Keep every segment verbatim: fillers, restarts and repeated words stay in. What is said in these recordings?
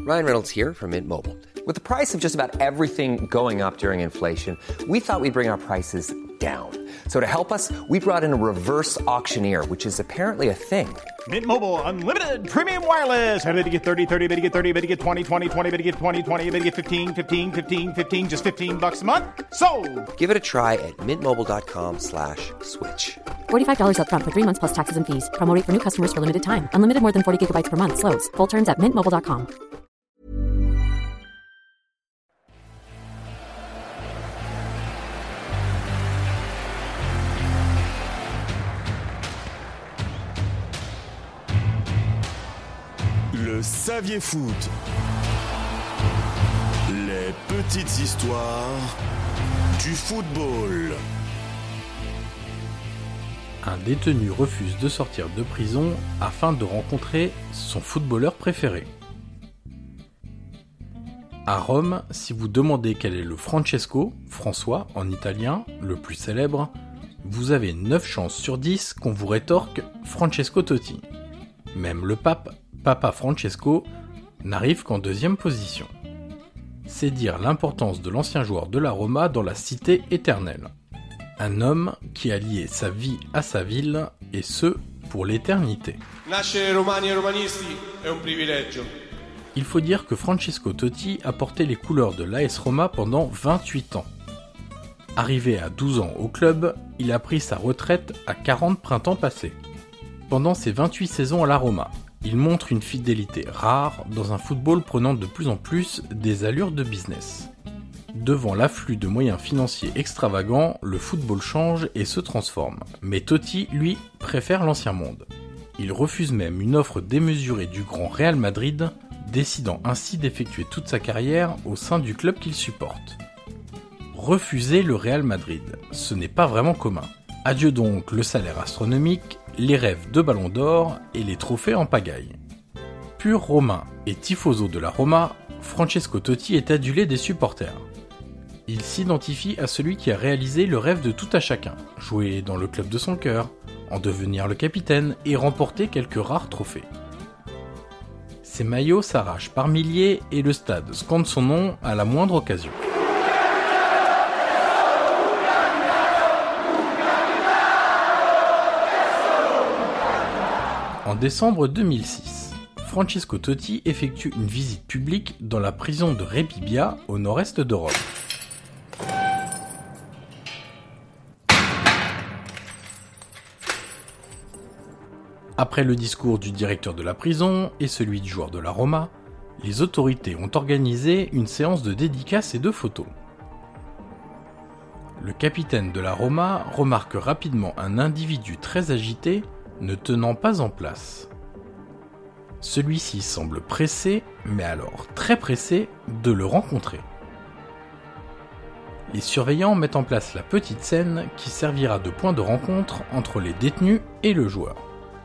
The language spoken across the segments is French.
Ryan Reynolds here from Mint Mobile. With the price of just about everything going up during inflation, we thought we'd bring our prices down. So to help us, we brought in a reverse auctioneer, which is apparently a thing. Mint Mobile Unlimited Premium Wireless. How to get thirty, thirty, how to get thirty, how to get twenty, twenty, twenty, how to get twenty, twenty, how to get fifteen, fifteen, fifteen, fifteen, just fifteen bucks a month? Sold! Give it a try at mintmobile.com slash switch. forty-five dollars up front for three months plus taxes and fees. Promo rate for new customers for limited time. Unlimited more than forty gigabytes per month. Slows full terms at mint mobile dot com. Le Saviez Foot. Les petites histoires du football. Un détenu refuse de sortir de prison afin de rencontrer son footballeur préféré. À Rome, si vous demandez quel est le Francesco, François en italien, le plus célèbre, vous avez neuf chances sur dix qu'on vous rétorque Francesco Totti. Même le pape, Papa Francesco, n'arrive qu'en deuxième position. C'est dire l'importance de l'ancien joueur de la Roma dans la cité éternelle. Un homme qui a lié sa vie à sa ville, et ce, pour l'éternité. Nascere romani e romanisti è un privilegio. Il faut dire que Francesco Totti a porté les couleurs de l'A S Roma pendant vingt-huit ans. Arrivé à douze ans au club, il a pris sa retraite à quarante printemps passés. Pendant ses vingt-huit saisons à la Roma, il montre une fidélité rare dans un football prenant de plus en plus des allures de business. Devant l'afflux de moyens financiers extravagants, le football change et se transforme. Mais Totti, lui, préfère l'ancien monde. Il refuse même une offre démesurée du grand Real Madrid, décidant ainsi d'effectuer toute sa carrière au sein du club qu'il supporte. Refuser le Real Madrid, ce n'est pas vraiment commun. Adieu donc le salaire astronomique, les rêves de ballon d'or et les trophées en pagaille. Pur romain et tifoso de la Roma, Francesco Totti est adulé des supporters. Il s'identifie à celui qui a réalisé le rêve de tout à chacun, jouer dans le club de son cœur, en devenir le capitaine et remporter quelques rares trophées. Ses maillots s'arrachent par milliers et le stade scande son nom à la moindre occasion. En décembre deux mille six, Francesco Totti effectue une visite publique dans la prison de Rebibbia, au nord-est de Rome. Après le discours du directeur de la prison et celui du joueur de la Roma, les autorités ont organisé une séance de dédicaces et de photos. Le capitaine de la Roma remarque rapidement un individu très agité ne tenant pas en place. Celui-ci semble pressé, mais alors très pressé, de le rencontrer. Les surveillants mettent en place la petite scène qui servira de point de rencontre entre les détenus et le joueur.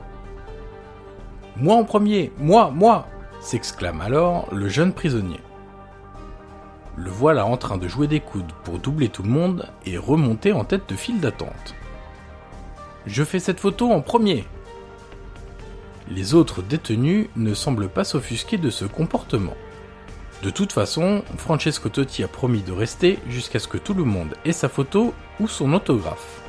« Moi en premier, moi, moi !» s'exclame alors le jeune prisonnier. Le voilà en train de jouer des coudes pour doubler tout le monde et remonter en tête de file d'attente. « Je fais cette photo en premier !» Les autres détenus ne semblent pas s'offusquer de ce comportement. De toute façon, Francesco Totti a promis de rester jusqu'à ce que tout le monde ait sa photo ou son autographe.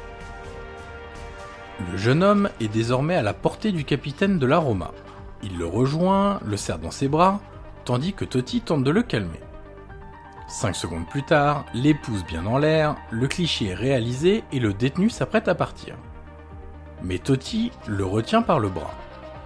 Le jeune homme est désormais à la portée du capitaine de la Roma. Il le rejoint, le serre dans ses bras, tandis que Totti tente de le calmer. Cinq secondes plus tard, les pouces bien en l'air, le cliché est réalisé et le détenu s'apprête à partir. Mais Totti le retient par le bras.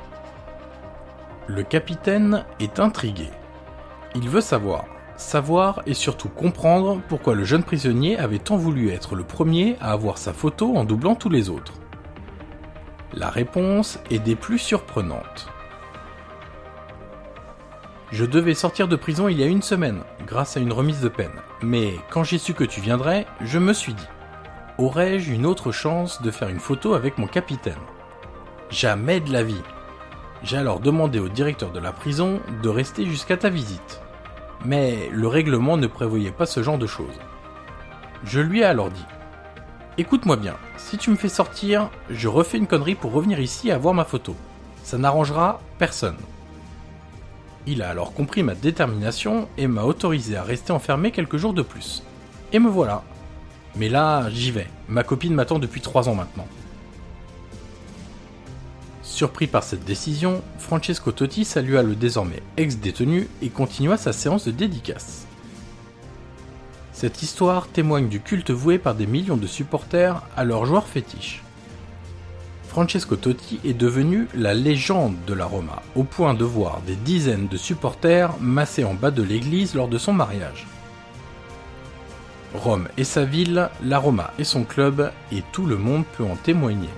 Le capitaine est intrigué. Il veut savoir, savoir et surtout comprendre pourquoi le jeune prisonnier avait tant voulu être le premier à avoir sa photo en doublant tous les autres. La réponse est des plus surprenantes. Je devais sortir de prison il y a une semaine, grâce à une remise de peine. Mais quand j'ai su que tu viendrais, je me suis dit, aurais-je une autre chance de faire une photo avec mon capitaine ? Jamais de la vie. J'ai alors demandé au directeur de la prison de rester jusqu'à ta visite. Mais le règlement ne prévoyait pas ce genre de choses. Je lui ai alors dit, écoute-moi bien, si tu me fais sortir, je refais une connerie pour revenir ici et avoir ma photo. Ça n'arrangera personne. Il a alors compris ma détermination et m'a autorisé à rester enfermé quelques jours de plus. Et me voilà. Mais là, j'y vais. Ma copine m'attend depuis trois ans maintenant. Surpris par cette décision, Francesco Totti salua le désormais ex-détenu et continua sa séance de dédicace. Cette histoire témoigne du culte voué par des millions de supporters à leurs joueurs fétiches. Francesco Totti est devenu la légende de la Roma, au point de voir des dizaines de supporters massés en bas de l'église lors de son mariage. Rome est sa ville, la Roma est son club, et tout le monde peut en témoigner.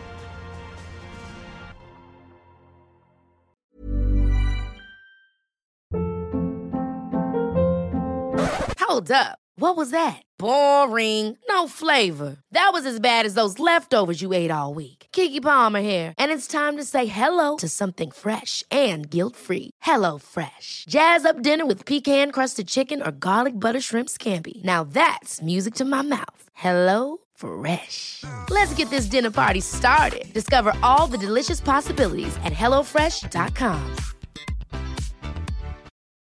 Hold up. What was that? Boring. No flavor. That was as bad as those leftovers you ate all week. Keke Palmer here, and it's time to say hello to something fresh and guilt-free. Hello Fresh. Jazz up dinner with pecan-crusted chicken or garlic butter shrimp scampi. Now that's music to my mouth. Hello Fresh. Let's get this dinner party started. Discover all the delicious possibilities at hello fresh dot com.